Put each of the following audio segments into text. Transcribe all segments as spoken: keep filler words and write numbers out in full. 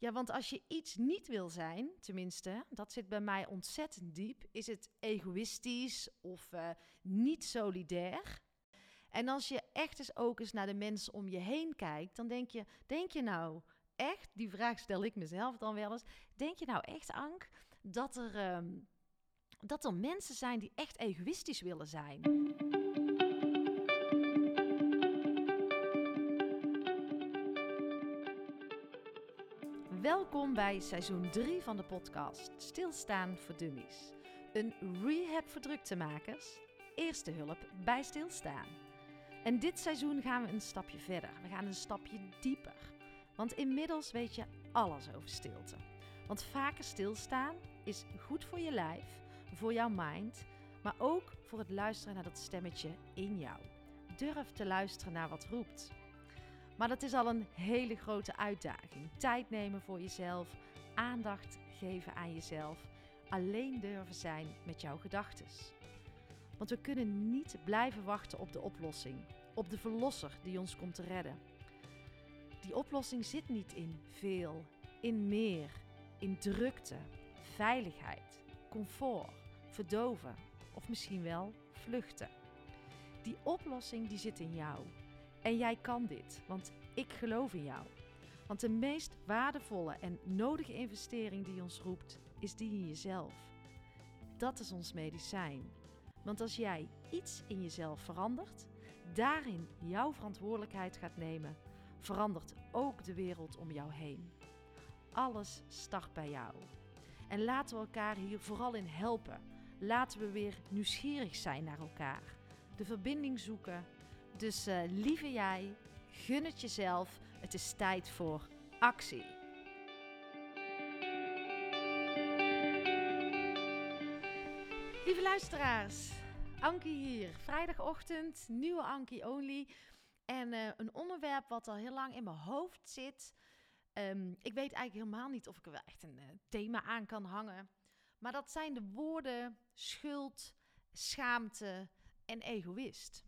Ja, want als je iets niet wil zijn, tenminste, dat zit bij mij ontzettend diep, is het egoïstisch of uh, niet solidair. En als je echt eens ook eens naar de mensen om je heen kijkt, dan denk je, denk je nou echt, die vraag stel ik mezelf dan wel eens, denk je nou echt, Ank, dat er, um, dat er mensen zijn die echt egoïstisch willen zijn? Welkom bij seizoen drie van de podcast Stilstaan voor Dummies. Een rehab voor druktemakers, eerste hulp bij stilstaan. En dit seizoen gaan we een stapje verder. We gaan een stapje dieper. Want inmiddels weet je alles over stilte. Want vaker stilstaan is goed voor je lijf, voor jouw mind, maar ook voor het luisteren naar dat stemmetje in jou. Durf te luisteren naar wat roept. Maar dat is al een hele grote uitdaging. Tijd nemen voor jezelf, aandacht geven aan jezelf, alleen durven zijn met jouw gedachtes. Want we kunnen niet blijven wachten op de oplossing, op de verlosser die ons komt te redden. Die oplossing zit niet in veel, in meer, in drukte, veiligheid, comfort, verdoven of misschien wel vluchten. Die oplossing die zit in jou. En jij kan dit, want ik geloof in jou. Want de meest waardevolle en nodige investering die ons roept, is die in jezelf. Dat is ons medicijn. Want als jij iets in jezelf verandert, daarin jouw verantwoordelijkheid gaat nemen, verandert ook de wereld om jou heen. Alles start bij jou. En laten we elkaar hier vooral in helpen. Laten we weer nieuwsgierig zijn naar elkaar. De verbinding zoeken. Dus uh, lieve jij, gun het jezelf. Het is tijd voor actie. Lieve luisteraars, Ankie hier. Vrijdagochtend, nieuwe Ankie Only. En uh, een onderwerp wat al heel lang in mijn hoofd zit. Um, ik weet eigenlijk helemaal niet of ik er wel echt een uh, thema aan kan hangen. Maar dat zijn de woorden schuld, schaamte en egoïst.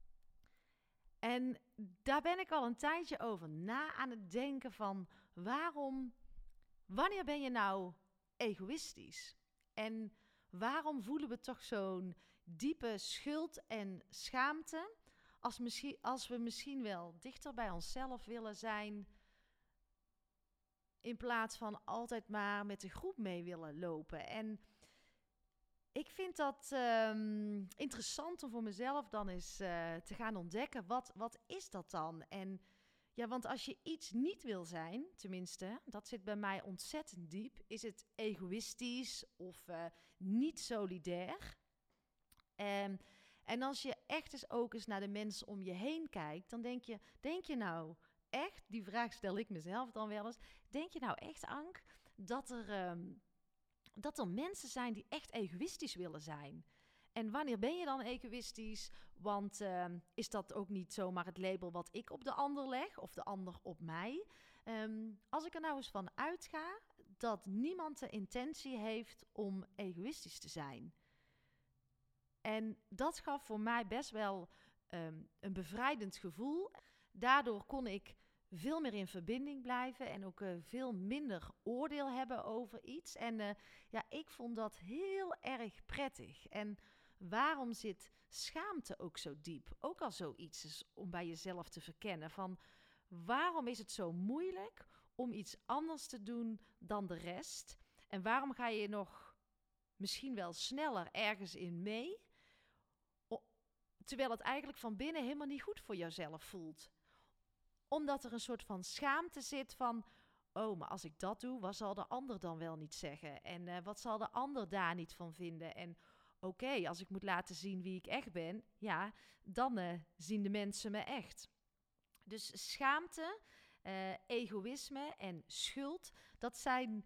En daar ben ik al een tijdje over na aan het denken van waarom, wanneer ben je nou egoïstisch? En waarom voelen we toch zo'n diepe schuld en schaamte als, misschien, als we misschien wel dichter bij onszelf willen zijn in plaats van altijd maar met de groep mee willen lopen? En ik vind dat um, interessant om voor mezelf dan eens uh, te gaan ontdekken, wat, wat is dat dan? En ja, want als je iets niet wil zijn, tenminste, dat zit bij mij ontzettend diep, is het egoïstisch of uh, niet solidair. Um, en als je echt eens ook eens naar de mensen om je heen kijkt, dan denk je, denk je nou echt, die vraag stel ik mezelf dan wel eens, denk je nou echt, Ank, dat er... Um, dat er mensen zijn die echt egoïstisch willen zijn. En wanneer ben je dan egoïstisch? Want uh, is dat ook niet zomaar het label wat ik op de ander leg of de ander op mij? Um, als ik er nou eens van uitga dat niemand de intentie heeft om egoïstisch te zijn. En dat gaf voor mij best wel um, een bevrijdend gevoel. Daardoor kon ik veel meer in verbinding blijven en ook uh, veel minder oordeel hebben over iets. En uh, ja, ik vond dat heel erg prettig. En waarom zit schaamte ook zo diep? Ook al zoiets is om bij jezelf te verkennen van waarom is het zo moeilijk om iets anders te doen dan de rest? En waarom ga je nog misschien wel sneller ergens in mee, terwijl het eigenlijk van binnen helemaal niet goed voor jezelf voelt? Omdat er een soort van schaamte zit van, oh, maar als ik dat doe, wat zal de ander dan wel niet zeggen? En uh, wat zal de ander daar niet van vinden? En oké, okay, als ik moet laten zien wie ik echt ben, ja, dan uh, zien de mensen me echt. Dus schaamte, uh, egoïsme en schuld, dat zijn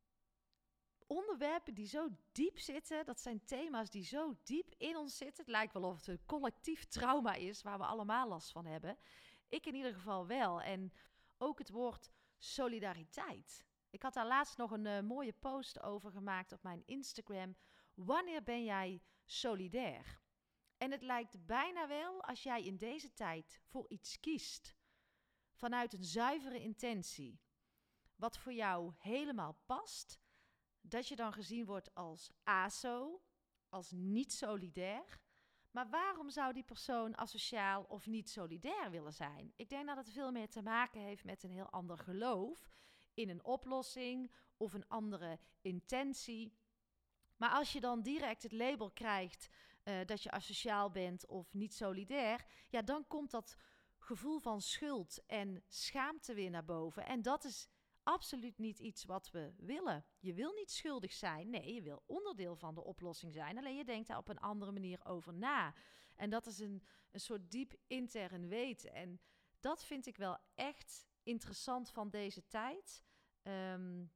onderwerpen die zo diep zitten. Dat zijn thema's die zo diep in ons zitten. Het lijkt wel of het een collectief trauma is waar we allemaal last van hebben. Ik in ieder geval wel. En ook het woord solidariteit. Ik had daar laatst nog een uh, mooie post over gemaakt op mijn Instagram. Wanneer ben jij solidair? En het lijkt bijna wel als jij in deze tijd voor iets kiest. Vanuit een zuivere intentie. wat voor jou helemaal past, dat je dan gezien wordt als aso, als niet solidair. Maar waarom zou die persoon asociaal of niet solidair willen zijn? Ik denk dat het veel meer te maken heeft met een heel ander geloof in een oplossing of een andere intentie. Maar als je dan direct het label krijgt uh, dat je asociaal bent of niet solidair, ja, dan komt dat gevoel van schuld en schaamte weer naar boven. En dat is absoluut niet iets wat we willen. Je wil niet schuldig zijn. Nee, je wil onderdeel van de oplossing zijn. Alleen je denkt daar op een andere manier over na. En dat is een, een soort diep intern weten. En dat vind ik wel echt interessant van deze tijd. Um,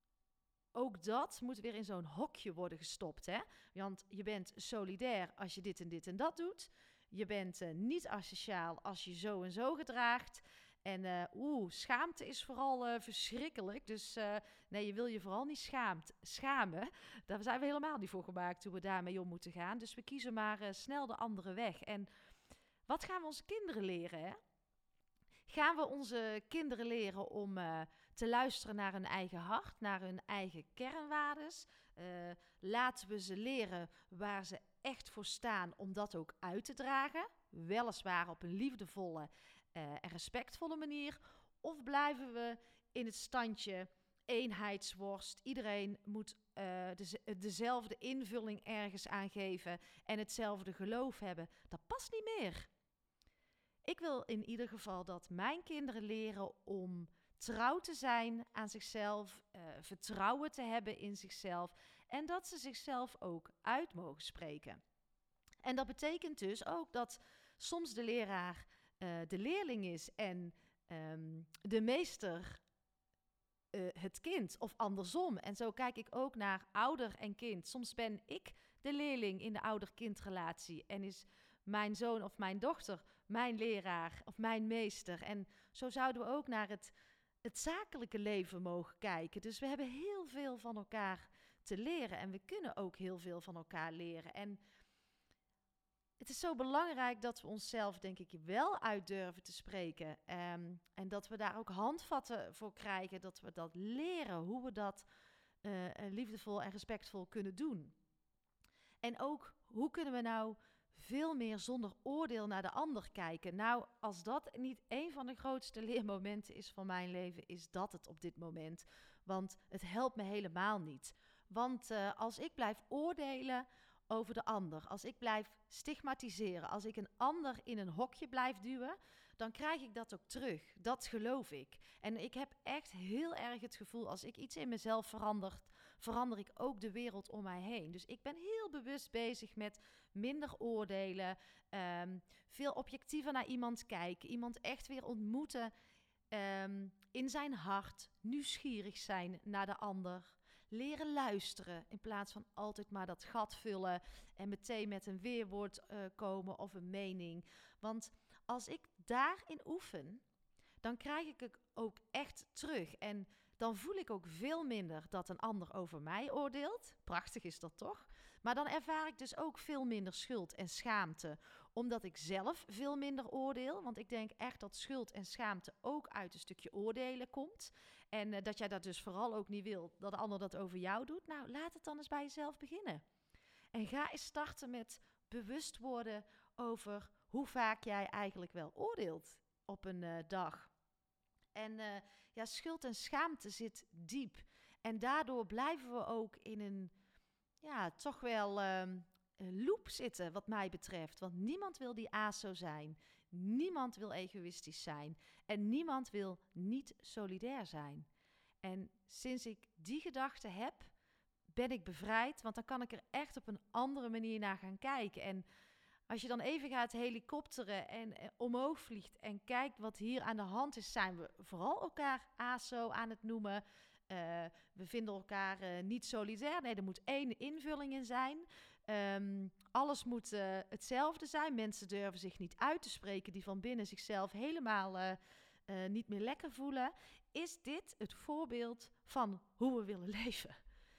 ook dat moet weer in zo'n hokje worden gestopt. Hè? Want je bent solidair als je dit en dit en dat doet. Je bent uh, niet asociaal als je zo en zo gedraagt. En uh, oeh, schaamte is vooral uh, verschrikkelijk. Dus uh, nee, je wil je vooral niet schaamt, schamen. Daar zijn we helemaal niet voor gemaakt hoe we daarmee om moeten gaan. Dus we kiezen maar uh, snel de andere weg. En wat gaan we onze kinderen leren? Hè? Gaan we onze kinderen leren om uh, te luisteren naar hun eigen hart, naar hun eigen kernwaardes? Uh, laten we ze leren waar ze echt voor staan om dat ook uit te dragen. Weliswaar op een liefdevolle uh, en respectvolle manier. Of blijven we in het standje eenheidsworst? Iedereen moet uh, de, dezelfde invulling ergens aangeven en hetzelfde geloof hebben. Dat past niet meer. Ik wil in ieder geval dat mijn kinderen leren om trouw te zijn aan zichzelf, uh, vertrouwen te hebben in zichzelf en dat ze zichzelf ook uit mogen spreken. En dat betekent dus ook dat soms de leraar uh, de leerling is en um, de meester uh, het kind of andersom. En zo kijk ik ook naar ouder en kind. Soms ben ik de leerling in de ouder-kindrelatie en is mijn zoon of mijn dochter mijn leraar of mijn meester. En zo zouden we ook naar het, het zakelijke leven mogen kijken. Dus we hebben heel veel van elkaar te leren. En we kunnen ook heel veel van elkaar leren. En het is zo belangrijk dat we onszelf, denk ik, wel uit durven te spreken. Um, en dat we daar ook handvatten voor krijgen. Dat we dat leren, hoe we dat uh, liefdevol en respectvol kunnen doen. En ook, hoe kunnen we nou veel meer zonder oordeel naar de ander kijken? Nou, als dat niet een van de grootste leermomenten is van mijn leven, is dat het op dit moment. Want het helpt me helemaal niet. Want uh, als ik blijf oordelen over de ander, als ik blijf stigmatiseren, als ik een ander in een hokje blijf duwen, dan krijg ik dat ook terug. Dat geloof ik. En ik heb echt heel erg het gevoel, als ik iets in mezelf verander, verander ik ook de wereld om mij heen. Dus ik ben heel bewust bezig met minder oordelen, um, veel objectiever naar iemand kijken, iemand echt weer ontmoeten um, in zijn hart, nieuwsgierig zijn naar de ander, leren luisteren in plaats van altijd maar dat gat vullen en meteen met een weerwoord uh, komen of een mening. Want als ik daarin oefen, dan krijg ik het ook echt terug. En dan voel ik ook veel minder dat een ander over mij oordeelt. Prachtig is dat toch? Maar dan ervaar ik dus ook veel minder schuld en schaamte. Omdat ik zelf veel minder oordeel. Want ik denk echt dat schuld en schaamte ook uit een stukje oordelen komt. En uh, dat jij dat dus vooral ook niet wil, dat de ander dat over jou doet. Nou, laat het dan eens bij jezelf beginnen. En ga eens starten met bewust worden over hoe vaak jij eigenlijk wel oordeelt op een uh, dag. En uh, ja, schuld en schaamte zit diep. En daardoor blijven we ook in een, ja, toch wel um, een loop zitten wat mij betreft. Want niemand wil die aso zijn. Niemand wil egoïstisch zijn. En niemand wil niet solidair zijn. En sinds ik die gedachte heb, ben ik bevrijd. Want dan kan ik er echt op een andere manier naar gaan kijken. En als je dan even gaat helikopteren en eh, omhoog vliegt en kijkt wat hier aan de hand is, zijn we vooral elkaar aso aan het noemen. Uh, we vinden elkaar uh, niet solidair. Nee, er moet één invulling in zijn. Um, alles moet uh, hetzelfde zijn. Mensen durven zich niet uit te spreken die van binnen zichzelf helemaal uh, uh, niet meer lekker voelen. Is dit het voorbeeld van hoe we willen leven?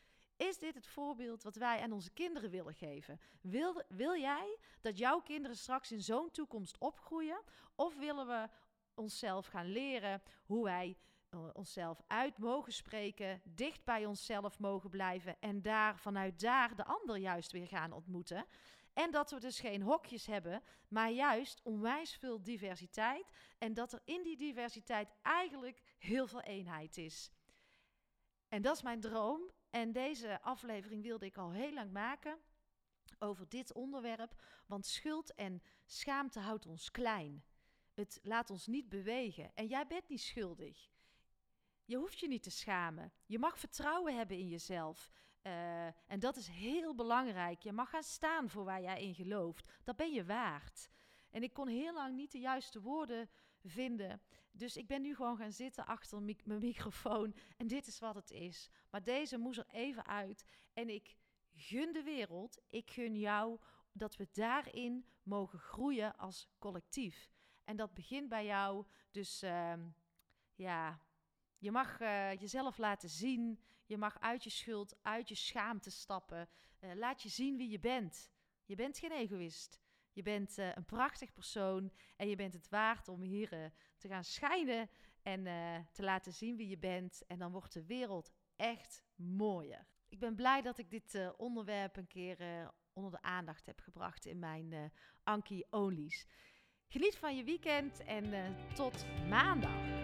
Is dit het voorbeeld wat wij aan onze kinderen willen geven? Wil, wil jij dat jouw kinderen straks in zo'n toekomst opgroeien? Of willen we onszelf gaan leren hoe wij uh, onszelf uit mogen spreken, dicht bij onszelf mogen blijven en daar vanuit daar de ander juist weer gaan ontmoeten. En dat we dus geen hokjes hebben, maar juist onwijs veel diversiteit. En dat er in die diversiteit eigenlijk heel veel eenheid is. En dat is mijn droom. En deze aflevering wilde ik al heel lang maken over dit onderwerp. Want schuld en schaamte houdt ons klein. Het laat ons niet bewegen. En jij bent niet schuldig. Je hoeft je niet te schamen. Je mag vertrouwen hebben in jezelf. Uh, en dat is heel belangrijk. Je mag gaan staan voor waar jij in gelooft. Dat ben je waard. En ik kon heel lang niet de juiste woorden vinden. Dus ik ben nu gewoon gaan zitten achter mi- mijn microfoon. En dit is wat het is. Maar deze moest er even uit. En ik gun de wereld. Ik gun jou dat we daarin mogen groeien als collectief. En dat begint bij jou. Dus uh, ja, je mag uh, jezelf laten zien. Je mag uit je schuld, uit je schaamte stappen. Uh, laat je zien wie je bent. Je bent geen egoïst. Je bent uh, een prachtig persoon. En je bent het waard om hier uh, te gaan schijnen. En uh, te laten zien wie je bent. En dan wordt de wereld echt mooier. Ik ben blij dat ik dit uh, onderwerp een keer uh, onder de aandacht heb gebracht in mijn uh, Ankie Onlys. Geniet van je weekend en uh, tot maandag.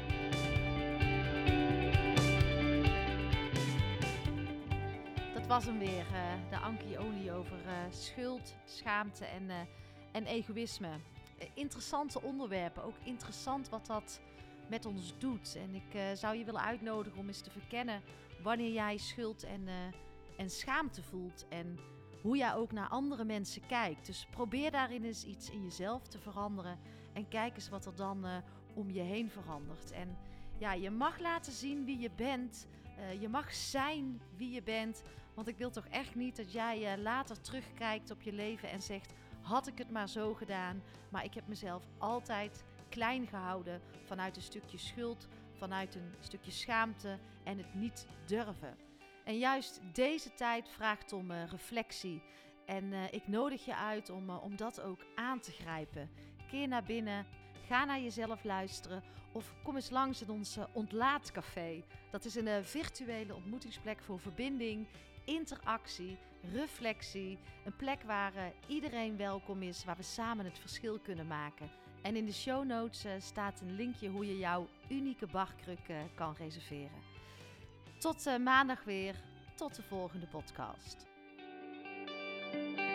Dat was hem weer, uh, de Ankie Only over uh, schuld, schaamte en, uh, en egoïsme. Uh, interessante onderwerpen, ook interessant wat dat met ons doet. En ik uh, zou je willen uitnodigen om eens te verkennen wanneer jij schuld en, uh, en schaamte voelt. En hoe jij ook naar andere mensen kijkt. Dus probeer daarin eens iets in jezelf te veranderen. En kijk eens wat er dan uh, om je heen verandert. En ja, je mag laten zien wie je bent. Uh, je mag zijn wie je bent. Want ik wil toch echt niet dat jij uh, later terugkijkt op je leven en zegt: had ik het maar zo gedaan. Maar ik heb mezelf altijd klein gehouden vanuit een stukje schuld, vanuit een stukje schaamte en het niet durven. En juist deze tijd vraagt om uh, reflectie. En uh, ik nodig je uit om, uh, om dat ook aan te grijpen. Keer naar binnen, ga naar jezelf luisteren of kom eens langs in ons uh, Ontlaatcafé. Dat is een uh, virtuele ontmoetingsplek voor verbinding, interactie, reflectie. Een plek waar uh, iedereen welkom is, waar we samen het verschil kunnen maken. En in de show notes uh, staat een linkje hoe je jouw unieke barkruk uh, kan reserveren. Tot uh, maandag weer. Tot de volgende podcast.